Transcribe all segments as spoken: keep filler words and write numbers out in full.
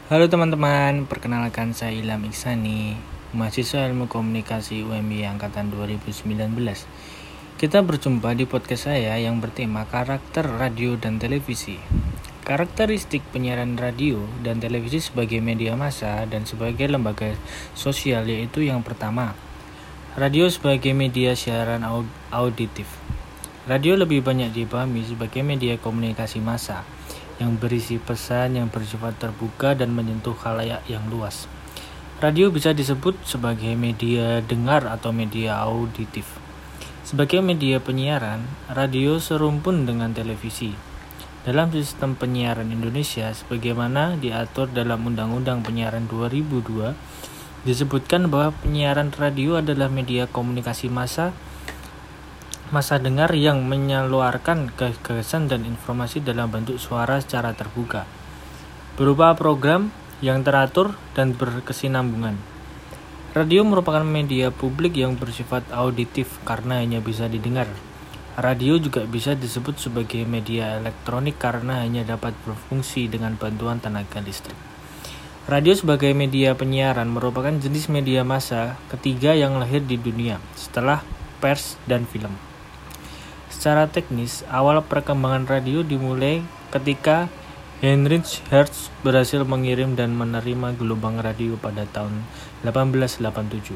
Halo teman-teman, perkenalkan saya Ilham Iksani, mahasiswa Ilmu Komunikasi U M I Angkatan dua ribu sembilan belas. Kita berjumpa di podcast saya yang bertema karakter radio dan televisi. Karakteristik penyiaran radio dan televisi sebagai media massa dan sebagai lembaga sosial yaitu yang pertama, radio sebagai media siaran auditif. Radio lebih banyak dipahami sebagai media komunikasi massa yang berisi pesan yang bersifat terbuka dan menyentuh khalayak yang luas. Radio bisa disebut sebagai media dengar atau media auditif. Sebagai media penyiaran, radio serumpun dengan televisi. Dalam sistem penyiaran Indonesia, sebagaimana diatur dalam Undang-Undang Penyiaran dua ribu dua, disebutkan bahwa penyiaran radio adalah media komunikasi massa masa dengar yang menyeluarkan gagasan dan informasi dalam bentuk suara secara terbuka, berupa program yang teratur dan berkesinambungan. Radio merupakan media publik yang bersifat auditif karena hanya bisa didengar. Radio juga bisa disebut sebagai media elektronik karena hanya dapat berfungsi dengan bantuan tenaga listrik. Radio sebagai media penyiaran merupakan jenis media massa ketiga yang lahir di dunia setelah pers dan film. Secara teknis, awal perkembangan radio dimulai ketika Heinrich Hertz berhasil mengirim dan menerima gelombang radio pada tahun delapan belas delapan puluh tujuh.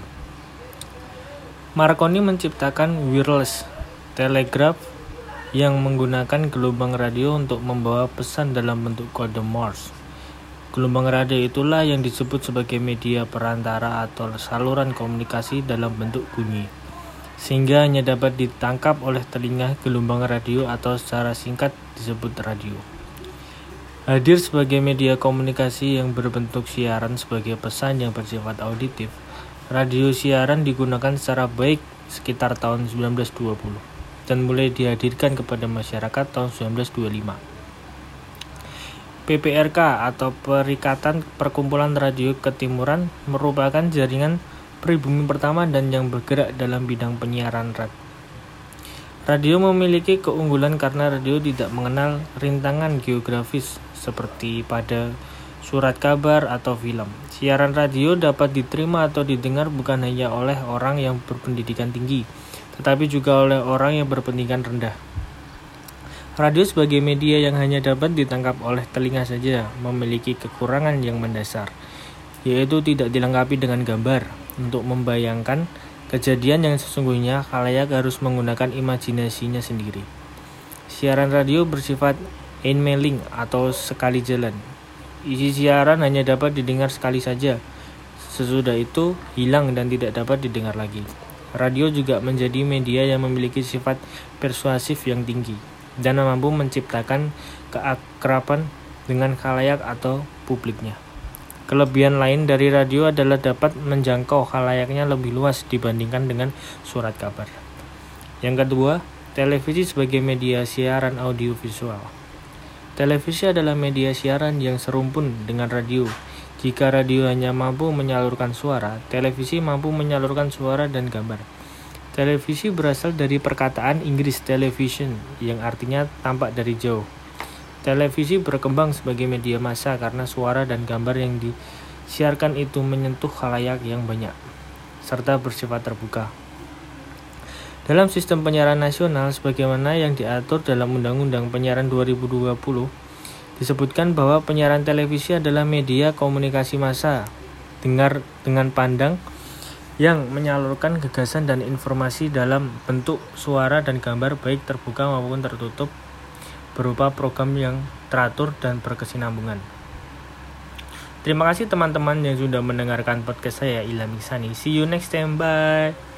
Marconi menciptakan wireless telegraph yang menggunakan gelombang radio untuk membawa pesan dalam bentuk kode Morse. Gelombang radio itulah yang disebut sebagai media perantara atau saluran komunikasi dalam bentuk bunyi, sehingga hanya dapat ditangkap oleh telinga gelombang radio atau secara singkat disebut radio. Hadir sebagai media komunikasi yang berbentuk siaran sebagai pesan yang bersifat auditif, radio siaran digunakan secara baik sekitar tahun sembilan belas dua puluh dan mulai dihadirkan kepada masyarakat tahun sembilan belas dua puluh lima. P P R K atau Perikatan Perkumpulan Radio Ketimuran merupakan jaringan pribumi pertama dan yang bergerak dalam bidang penyiaran radio. Radio memiliki keunggulan karena radio tidak mengenal rintangan geografis seperti pada surat kabar atau film. Siaran radio dapat diterima atau didengar bukan hanya oleh orang yang berpendidikan tinggi, tetapi juga oleh orang yang berpendidikan rendah. Radio sebagai media yang hanya dapat ditangkap oleh telinga saja memiliki kekurangan yang mendasar, yaitu tidak dilengkapi dengan gambar. Untuk membayangkan kejadian yang sesungguhnya, khalayak harus menggunakan imajinasinya sendiri. Siaran radio bersifat einmaling atau sekali jalan. Isi siaran hanya dapat didengar sekali saja. Sesudah itu hilang dan tidak dapat didengar lagi. Radio juga menjadi media yang memiliki sifat persuasif yang tinggi dan mampu menciptakan keakraban dengan khalayak atau publiknya. Kelebihan lain dari radio adalah dapat menjangkau khalayaknya lebih luas dibandingkan dengan surat kabar. Yang kedua, televisi sebagai media siaran audiovisual. Televisi adalah media siaran yang serumpun dengan radio. Jika radio hanya mampu menyalurkan suara, televisi mampu menyalurkan suara dan gambar. Televisi berasal dari perkataan Inggris television yang artinya tampak dari jauh. Televisi berkembang sebagai media massa karena suara dan gambar yang disiarkan itu menyentuh khalayak yang banyak, serta bersifat terbuka. Dalam sistem penyiaran nasional, sebagaimana yang diatur dalam Undang-Undang Penyiaran dua ribu dua puluh, disebutkan bahwa penyiaran televisi adalah media komunikasi massa, dengar dengan pandang, yang menyalurkan gagasan dan informasi dalam bentuk suara dan gambar baik terbuka maupun tertutup, berupa program yang teratur dan berkesinambungan. Terima kasih teman-teman yang sudah mendengarkan podcast saya, Ilham Iksani. See you next time, bye.